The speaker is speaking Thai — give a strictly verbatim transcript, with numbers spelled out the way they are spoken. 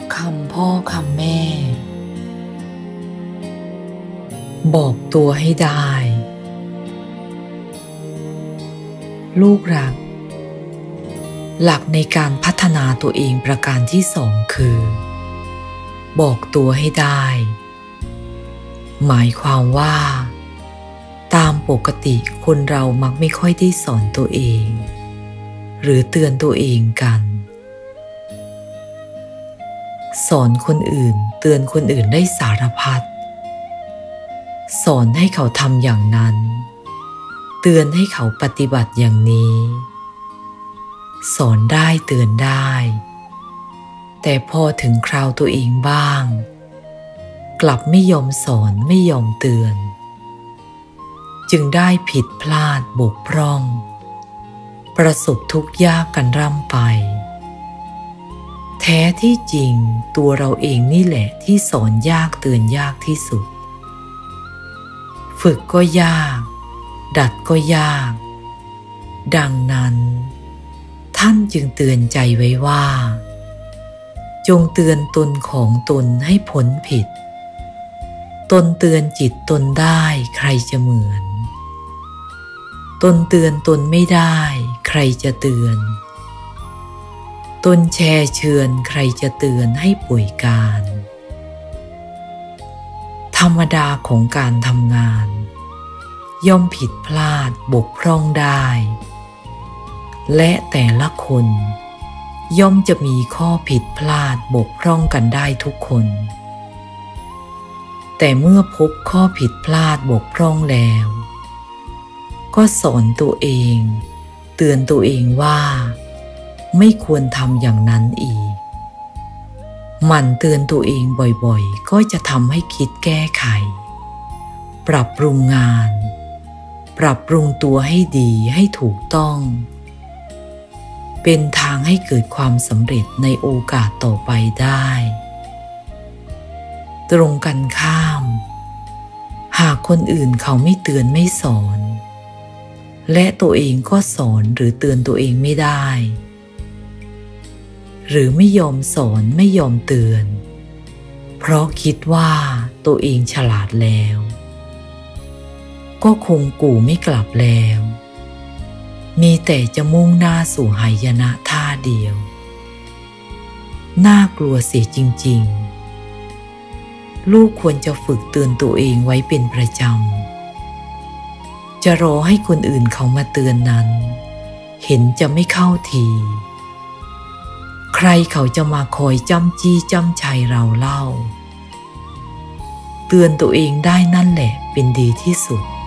คำพ่อคำแม่บอกตัวให้ได้ลูกรักหลักในการพัฒนาตัวเองประการที่สองคือบอกตัวให้ได้หมายความว่าตามปกติคนเรามักไม่ค่อยได้สอนตัวเองหรือเตือนตัวเองกันสอนคนอื่นเตือนคนอื่นได้สารพัดสอนให้เขาทำอย่างนั้นเตือนให้เขาปฏิบัติอย่างนี้สอนได้เตือนได้แต่พอถึงคราวตัวเองบ้างกลับไม่ยอมสอนไม่ยอมเตือนจึงได้ผิดพลาดบกพร่องประสบทุกข์ยากกันร่ำไปแท้ที่จริงตัวเราเองนี่แหละที่สอนยากเตือนยากที่สุดฝึกก็ยากดัดก็ยากดังนั้นท่านจึงเตือนใจไว้ว่าจงเตือนตนของตนให้พ้นผิดตนเตือนจิตตนได้ใครจะเหมือนตนเตือนตนไม่ได้ใครจะเตือนตนแช่เชือนใครจะเตือนให้ป่วยการธรรมดาของการทำงานย่อมผิดพลาดบกพร่องได้และแต่ละคนย่อมจะมีข้อผิดพลาดบกพร่องกันได้ทุกคนแต่เมื่อพบข้อผิดพลาดบกพร่องแล้วก็สอนตัวเองเตือนตัวเองว่าไม่ควรทำอย่างนั้นอีกหมั่นเตือนตัวเองบ่อยๆก็จะทำให้คิดแก้ไขปรับปรุงงานปรับปรุงตัวให้ดีให้ถูกต้องเป็นทางให้เกิดความสำเร็จในโอกาสต่อไปได้ตรงกันข้ามหากคนอื่นเขาไม่เตือนไม่สอนและตัวเองก็สอนหรือเตือนตัวเองไม่ได้หรือไม่ยอมสอนไม่ยอมเตือนเพราะคิดว่าตัวเองฉลาดแล้วก็คงกู่ไม่กลับแล้วมีแต่จะมุ่งหน้าสู่หายนะท่าเดียวน่ากลัวเสียจริงๆลูกควรจะฝึกเตือนตัวเองไว้เป็นประจำจะรอให้คนอื่นเขามาเตือนนั้นเห็นจะไม่เข้าทีใครเขาจะมาคอยจ้ำจี้จ้ำชัยเราเล่าเตือนตัวเองได้นั่นแหละเป็นดีที่สุด